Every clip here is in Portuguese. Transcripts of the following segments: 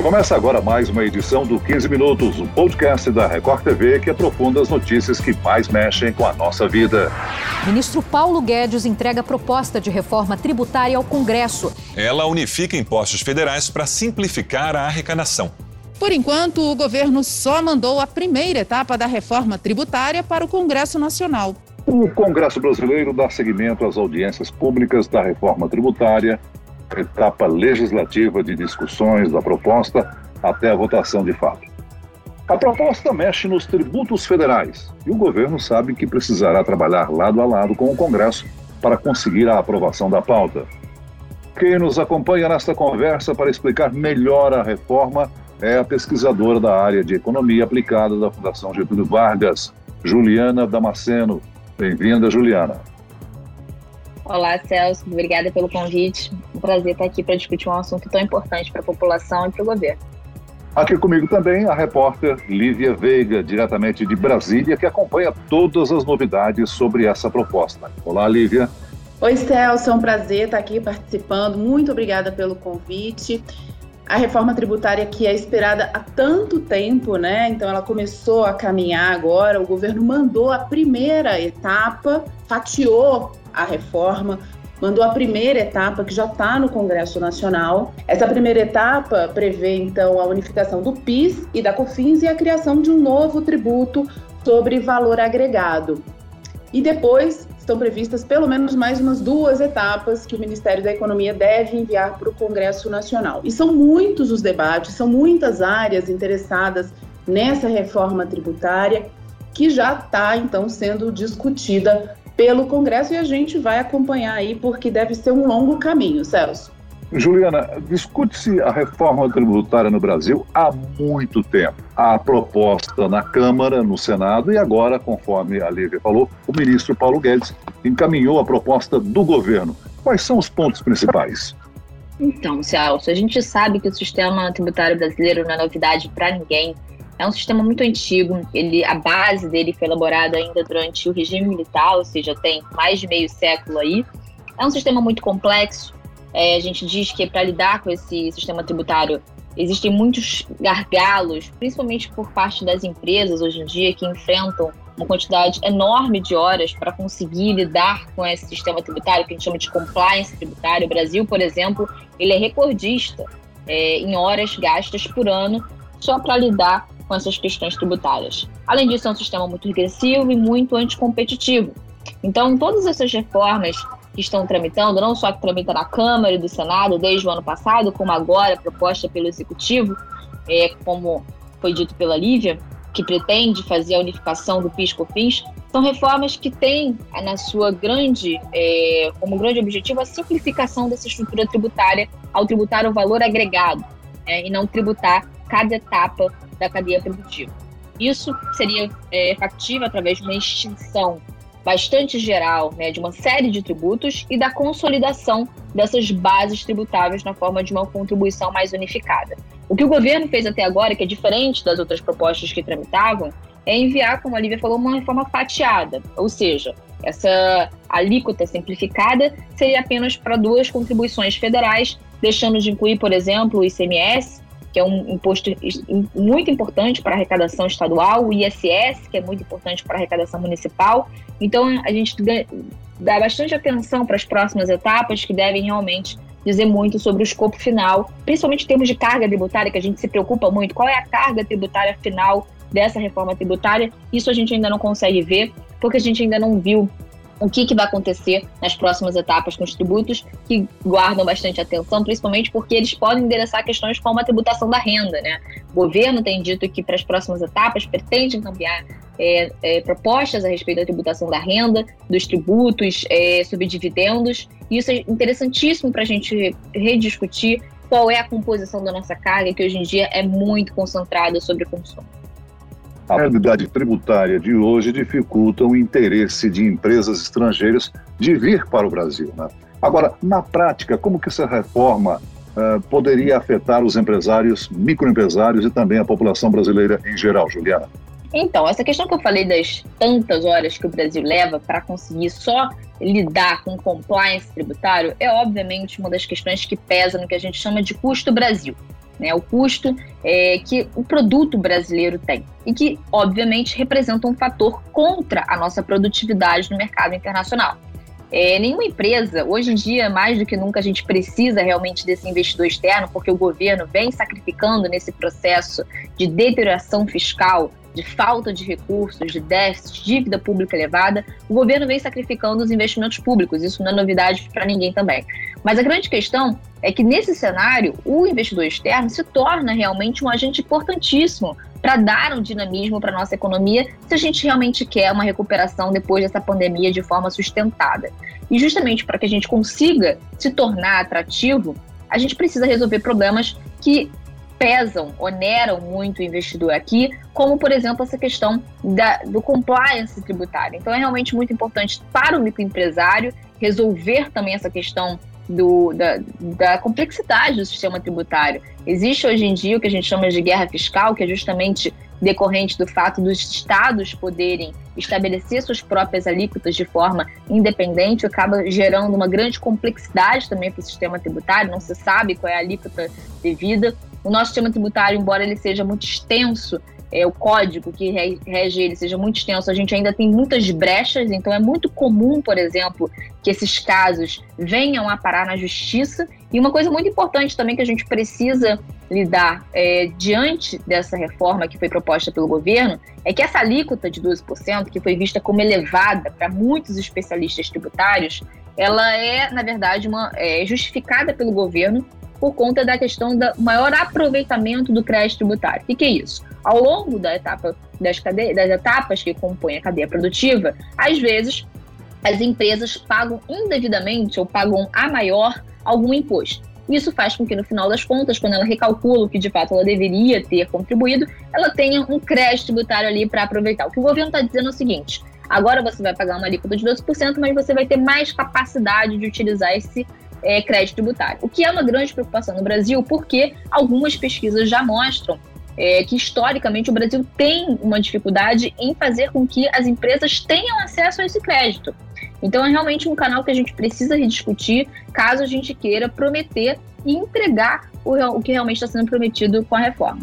Começa agora mais uma edição do 15 Minutos, o podcast da Record TV que aprofunda as notícias que mais mexem com a nossa vida. Ministro Paulo Guedes entrega proposta de reforma tributária ao Congresso. Ela unifica impostos federais para simplificar a arrecadação. Por enquanto, o governo só mandou a primeira etapa da reforma tributária para o Congresso Nacional. O Congresso Brasileiro dá seguimento às audiências públicas da reforma tributária, etapa legislativa de discussões da proposta até a votação de fato. A proposta mexe nos tributos federais e o governo sabe que precisará trabalhar lado a lado com o Congresso para conseguir a aprovação da pauta. Quem nos acompanha nesta conversa para explicar melhor a reforma é a pesquisadora da área de economia aplicada da Fundação Getúlio Vargas, Juliana Damasceno. Bem-vinda, Juliana. Olá, Celso. Obrigada pelo convite. Um prazer estar aqui para discutir um assunto tão importante para a população e para o governo. Aqui comigo também a repórter Lívia Veiga, diretamente de Brasília, que acompanha todas as novidades sobre essa proposta. Olá, Lívia. Oi, Celso. É um prazer estar aqui participando. Muito obrigada pelo convite. A reforma tributária que é esperada há tanto tempo, né? Então ela começou a caminhar agora, o governo mandou a primeira etapa, fatiou a reforma, mandou a primeira etapa que já está no Congresso Nacional. Essa primeira etapa prevê, então, a unificação do PIS e da COFINS e a criação de um novo tributo sobre valor agregado. E depois estão previstas pelo menos mais umas 2 etapas que o Ministério da Economia deve enviar para o Congresso Nacional. E são muitos os debates, são muitas áreas interessadas nessa reforma tributária que já está, então, sendo discutida pelo Congresso e a gente vai acompanhar aí porque deve ser um longo caminho, Celso. Juliana, discute-se a reforma tributária no Brasil há muito tempo. Há proposta na Câmara, no Senado e agora, conforme a Lívia falou, o ministro Paulo Guedes encaminhou a proposta do governo. Quais são os pontos principais? Então, Celso, a gente sabe que o sistema tributário brasileiro não é novidade para ninguém. É um sistema muito antigo, a base dele foi elaborada ainda durante o regime militar, ou seja, tem mais de meio século aí. É um sistema muito complexo. A gente diz que para lidar com esse sistema tributário existem muitos gargalos, principalmente por parte das empresas hoje em dia que enfrentam uma quantidade enorme de horas para conseguir lidar com esse sistema tributário, que a gente chama de compliance tributário. O Brasil, por exemplo, ele é recordista em horas gastas por ano só para lidar com essas questões tributárias. Além disso, é um sistema muito regressivo e muito anticompetitivo. Então, todas essas reformas que estão tramitando, não só que tramita na Câmara e do Senado desde o ano passado, como agora proposta pelo Executivo, como foi dito pela Lívia, que pretende fazer a unificação do PIS/COFINS, são reformas que têm na sua como grande objetivo a simplificação dessa estrutura tributária ao tributar o valor agregado, e não tributar cada etapa da cadeia produtiva. Isso seria factível através de uma extinção bastante geral, de uma série de tributos e da consolidação dessas bases tributáveis na forma de uma contribuição mais unificada. O que o governo fez até agora, que é diferente das outras propostas que tramitavam, é enviar, como a Lívia falou, uma reforma fatiada, ou seja, essa alíquota simplificada seria apenas para 2 contribuições federais, deixando de incluir, por exemplo, o ICMS, que é um imposto muito importante para a arrecadação estadual, o ISS, que é muito importante para a arrecadação municipal. Então, a gente dá bastante atenção para as próximas etapas, que devem realmente dizer muito sobre o escopo final, principalmente em termos de carga tributária, que a gente se preocupa muito. Qual é a carga tributária final dessa reforma tributária? Isso a gente ainda não consegue ver, porque a gente ainda não viu o que vai acontecer nas próximas etapas com os tributos, que guardam bastante atenção, principalmente porque eles podem endereçar questões como a tributação da renda, né? O governo tem dito que para as próximas etapas pretende encaminhar propostas a respeito da tributação da renda, dos tributos sobre dividendos. Isso é interessantíssimo para a gente rediscutir qual é a composição da nossa carga, que hoje em dia é muito concentrada sobre o consumo. A realidade tributária de hoje dificulta o interesse de empresas estrangeiras de vir para o Brasil, né? Agora, na prática, como que essa reforma poderia afetar os empresários, microempresários e também a população brasileira em geral, Juliana? Então, essa questão que eu falei das tantas horas que o Brasil leva para conseguir só lidar com compliance tributário é, obviamente, uma das questões que pesa no que a gente chama de custo Brasil. né, o custo que o produto brasileiro tem e que, obviamente, representa um fator contra a nossa produtividade no mercado internacional. Nenhuma empresa, hoje em dia, mais do que nunca, a gente precisa realmente desse investidor externo, porque o governo vem sacrificando nesse processo de deterioração fiscal, de falta de recursos, de déficit, dívida pública elevada, o governo vem sacrificando os investimentos públicos, isso não é novidade para ninguém também. Mas a grande questão é que nesse cenário, o investidor externo se torna realmente um agente importantíssimo para dar um dinamismo para a nossa economia, se a gente realmente quer uma recuperação depois dessa pandemia de forma sustentada. E justamente para que a gente consiga se tornar atrativo, a gente precisa resolver problemas que pesam, oneram muito o investidor aqui, como, por exemplo, essa questão do compliance tributário. Então, é realmente muito importante para o microempresário resolver também essa questão da complexidade do sistema tributário. Existe hoje em dia o que a gente chama de guerra fiscal, que é justamente decorrente do fato dos estados poderem estabelecer suas próprias alíquotas de forma independente, acaba gerando uma grande complexidade também para o sistema tributário, não se sabe qual é a alíquota devida. O nosso sistema tributário, embora ele seja muito extenso, o código que rege ele seja muito extenso, a gente ainda tem muitas brechas, então é muito comum, por exemplo, que esses casos venham a parar na justiça. E uma coisa muito importante também que a gente precisa lidar diante dessa reforma que foi proposta pelo governo, é que essa alíquota de 12%, que foi vista como elevada para muitos especialistas tributários, ela é, na verdade, justificada pelo governo por conta da questão do maior aproveitamento do crédito tributário. O que é isso? Ao longo das etapas que compõem a cadeia produtiva, às vezes as empresas pagam indevidamente ou pagam a maior algum imposto. Isso faz com que, no final das contas, quando ela recalcula o que de fato ela deveria ter contribuído, ela tenha um crédito tributário ali para aproveitar. O que o governo está dizendo é o seguinte: agora você vai pagar uma alíquota de 12%, mas você vai ter mais capacidade de utilizar esse crédito tributário. O que é uma grande preocupação no Brasil, porque algumas pesquisas já mostram que, historicamente, o Brasil tem uma dificuldade em fazer com que as empresas tenham acesso a esse crédito. Então, é realmente um canal que a gente precisa rediscutir, caso a gente queira prometer e entregar o que realmente está sendo prometido com a reforma.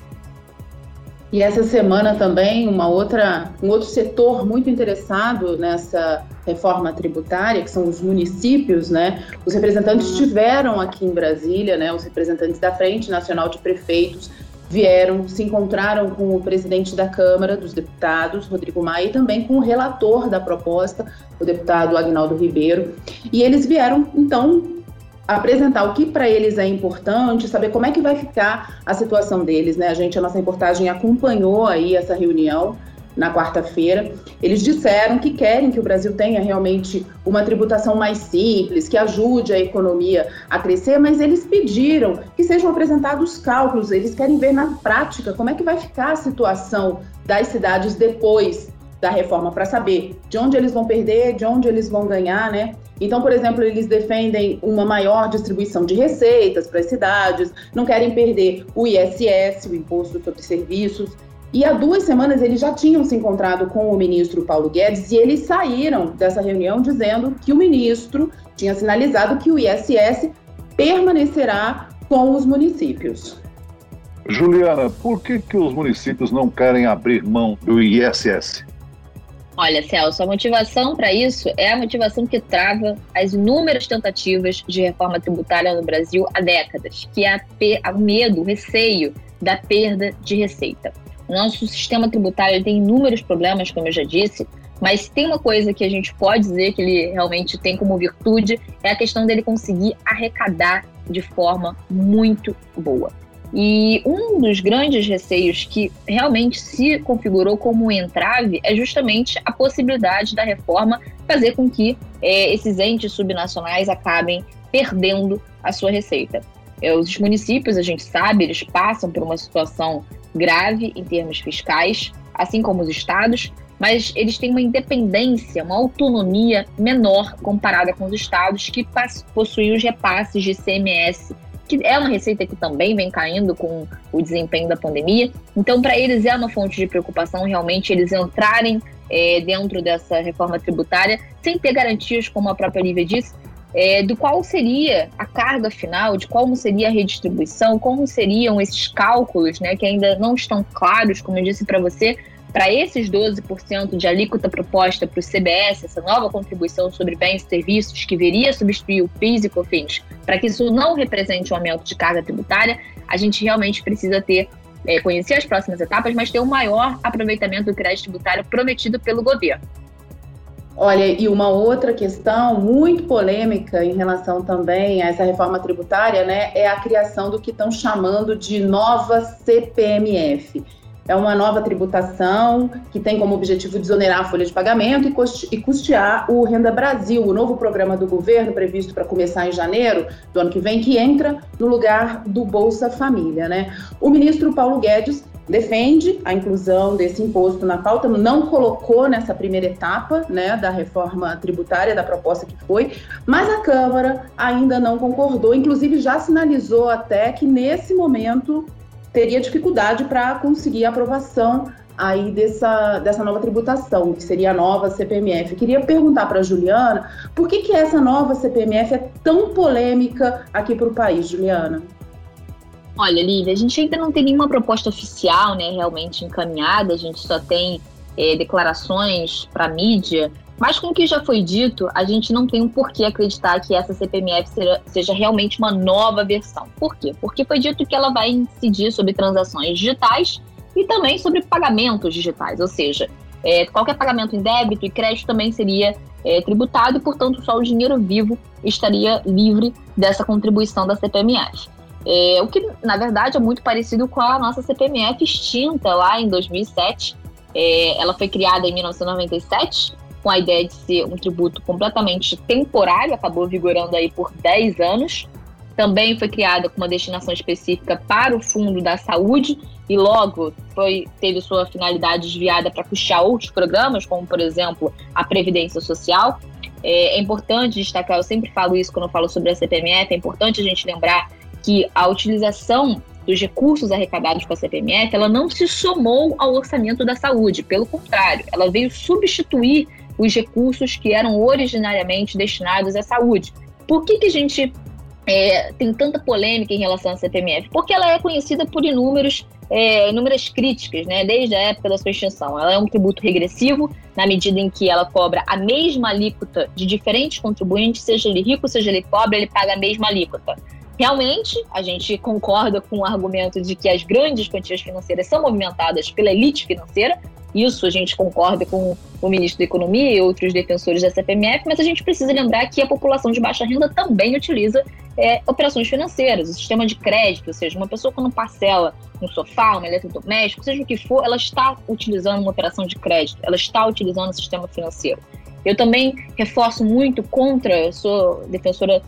E essa semana também um outro setor muito interessado nessa reforma tributária, que são os municípios, né? Os representantes estiveram aqui em Brasília, né? Os representantes da Frente Nacional de Prefeitos vieram, se encontraram com o presidente da Câmara dos Deputados, Rodrigo Maia, e também com o relator da proposta, o deputado Agnaldo Ribeiro. E eles vieram, então, apresentar o que para eles é importante, saber como é que vai ficar a situação deles, né? A nossa reportagem acompanhou aí essa reunião na quarta-feira. Eles disseram que querem que o Brasil tenha realmente uma tributação mais simples, que ajude a economia a crescer, mas eles pediram que sejam apresentados cálculos, eles querem ver na prática como é que vai ficar a situação das cidades depois da reforma, para saber de onde eles vão perder, de onde eles vão ganhar, né? Então, por exemplo, eles defendem uma maior distribuição de receitas para as cidades, não querem perder o ISS, o Imposto sobre Serviços. E há 2 semanas eles já tinham se encontrado com o ministro Paulo Guedes e eles saíram dessa reunião dizendo que o ministro tinha sinalizado que o ISS permanecerá com os municípios. Juliana, por que os municípios não querem abrir mão do ISS? Olha, Celso, a motivação para isso é a motivação que trava as inúmeras tentativas de reforma tributária no Brasil há décadas, que é o medo, o receio da perda de receita. O nosso sistema tributário tem inúmeros problemas, como eu já disse, mas tem uma coisa que a gente pode dizer que ele realmente tem como virtude, é a questão dele conseguir arrecadar de forma muito boa. E um dos grandes receios que realmente se configurou como um entrave é justamente a possibilidade da reforma fazer com que esses entes subnacionais acabem perdendo a sua receita. Os municípios, a gente sabe, eles passam por uma situação grave em termos fiscais, assim como os estados, mas eles têm uma independência, uma autonomia menor comparada com os estados que possuem os repasses de ICMS, que é uma receita que também vem caindo com o desempenho da pandemia. Então, para eles é uma fonte de preocupação realmente eles entrarem dentro dessa reforma tributária sem ter garantias, como a própria Lívia disse, do qual seria a carga final, de como seria a redistribuição, como seriam esses cálculos, né, que ainda não estão claros, como eu disse para você, para esses 12% de alíquota proposta para o CBS, essa nova contribuição sobre bens e serviços que viria a substituir o PIS e COFINS, para que isso não represente um aumento de carga tributária, a gente realmente precisa conhecer as próximas etapas, mas ter um maior aproveitamento do crédito tributário prometido pelo governo. Olha, e uma outra questão muito polêmica em relação também a essa reforma tributária, né, é a criação do que estão chamando de nova CPMF. É uma nova tributação que tem como objetivo desonerar a folha de pagamento e custear o Renda Brasil, o novo programa do governo previsto para começar em janeiro do ano que vem, que entra no lugar do Bolsa Família, né? O ministro Paulo Guedes defende a inclusão desse imposto na pauta, não colocou nessa primeira etapa, né, da reforma tributária, da proposta que foi, mas a Câmara ainda não concordou, inclusive já sinalizou até que nesse momento teria dificuldade para conseguir a aprovação aí dessa nova tributação, que seria a nova CPMF. Queria perguntar para a Juliana, por que essa nova CPMF é tão polêmica aqui para o país, Juliana? Olha, Lívia, a gente ainda não tem nenhuma proposta oficial, né, realmente encaminhada, a gente só tem declarações para a mídia, mas com o que já foi dito, a gente não tem um porquê acreditar que essa CPMF seja realmente uma nova versão. Por quê? Porque foi dito que ela vai incidir sobre transações digitais e também sobre pagamentos digitais, ou seja, qualquer pagamento em débito e crédito também seria tributado e, portanto, só o dinheiro vivo estaria livre dessa contribuição da CPMF. O que, na verdade, é muito parecido com a nossa CPMF extinta lá em 2007. Ela foi criada em 1997, com a ideia de ser um tributo completamente temporário, acabou vigorando aí por 10 anos. Também foi criada com uma destinação específica para o Fundo da Saúde e logo teve sua finalidade desviada para custear outros programas, como, por exemplo, a Previdência Social. É importante destacar, eu sempre falo isso quando eu falo sobre a CPMF, é importante a gente lembrar que a utilização dos recursos arrecadados com a CPMF, ela não se somou ao orçamento da saúde, pelo contrário, ela veio substituir os recursos que eram originariamente destinados à saúde. Por que a gente tem tanta polêmica em relação à CPMF? Porque ela é conhecida por inúmeras críticas, né, desde a época da sua extinção. Ela é um tributo regressivo, na medida em que ela cobra a mesma alíquota de diferentes contribuintes, seja ele rico, seja ele pobre, ele paga a mesma alíquota. Realmente, a gente concorda com o argumento de que as grandes quantias financeiras são movimentadas pela elite financeira. Isso a gente concorda com o ministro da Economia e outros defensores da CPMF, mas a gente precisa lembrar que a população de baixa renda também utiliza operações financeiras. O sistema de crédito, ou seja, uma pessoa quando parcela um sofá, um eletrodoméstico, seja o que for, ela está utilizando uma operação de crédito, ela está utilizando o sistema financeiro. Eu também reforço muito sou defensora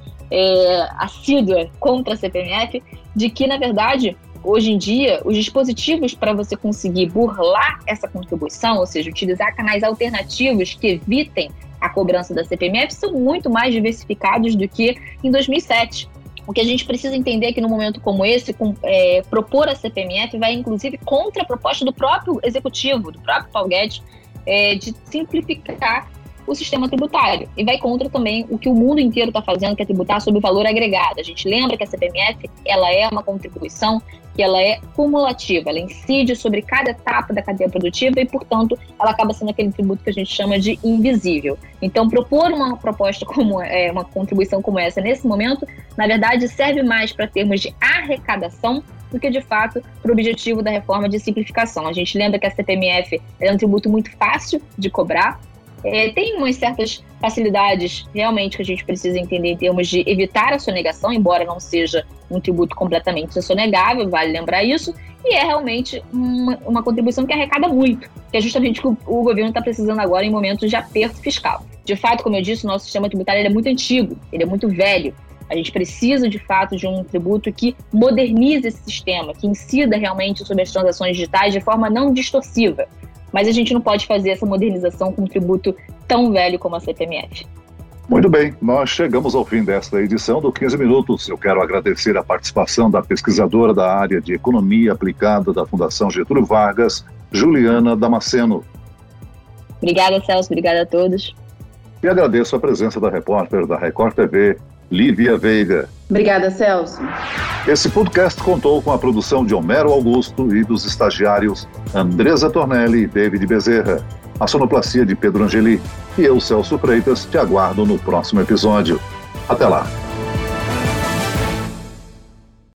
assídua contra a CPMF, de que, na verdade, hoje em dia, os dispositivos para você conseguir burlar essa contribuição, ou seja, utilizar canais alternativos que evitem a cobrança da CPMF, são muito mais diversificados do que em 2007. O que a gente precisa entender é que, num momento como esse, propor a CPMF vai, inclusive, contra a proposta do próprio executivo, do próprio Paulo Guedes, de simplificar o sistema tributário, e vai contra também o que o mundo inteiro está fazendo, que é tributar sobre o valor agregado. A gente lembra que a CPMF, ela é uma contribuição que ela é cumulativa, ela incide sobre cada etapa da cadeia produtiva e, portanto, ela acaba sendo aquele tributo que a gente chama de invisível. Então, propor uma proposta como uma contribuição como essa nesse momento, na verdade, serve mais para termos de arrecadação do que, de fato, para o objetivo da reforma de simplificação. A gente lembra que a CPMF é um tributo muito fácil de cobrar. Tem umas certas facilidades realmente que a gente precisa entender em termos de evitar a sonegação, embora não seja um tributo completamente sonegável, vale lembrar isso, e é realmente uma contribuição que arrecada muito, que é justamente o que o governo está precisando agora em momentos de aperto fiscal. De fato, como eu disse, o nosso sistema tributário ele é muito antigo, ele é muito velho. A gente precisa, de fato, de um tributo que modernize esse sistema, que incida realmente sobre as transações digitais de forma não distorsiva. Mas a gente não pode fazer essa modernização com um tributo tão velho como a CPMF. Muito bem, nós chegamos ao fim desta edição do 15 Minutos. Eu quero agradecer a participação da pesquisadora da área de Economia Aplicada da Fundação Getúlio Vargas, Juliana Damasceno. Obrigada, Celso. Obrigada a todos. E agradeço a presença da repórter da Record TV, Lívia Veiga. Obrigada, Celso. Esse podcast contou com a produção de Homero Augusto e dos estagiários Andresa Tornelli e David Bezerra, a sonoplastia de Pedro Angeli. E eu, Celso Freitas, te aguardo no próximo episódio. Até lá!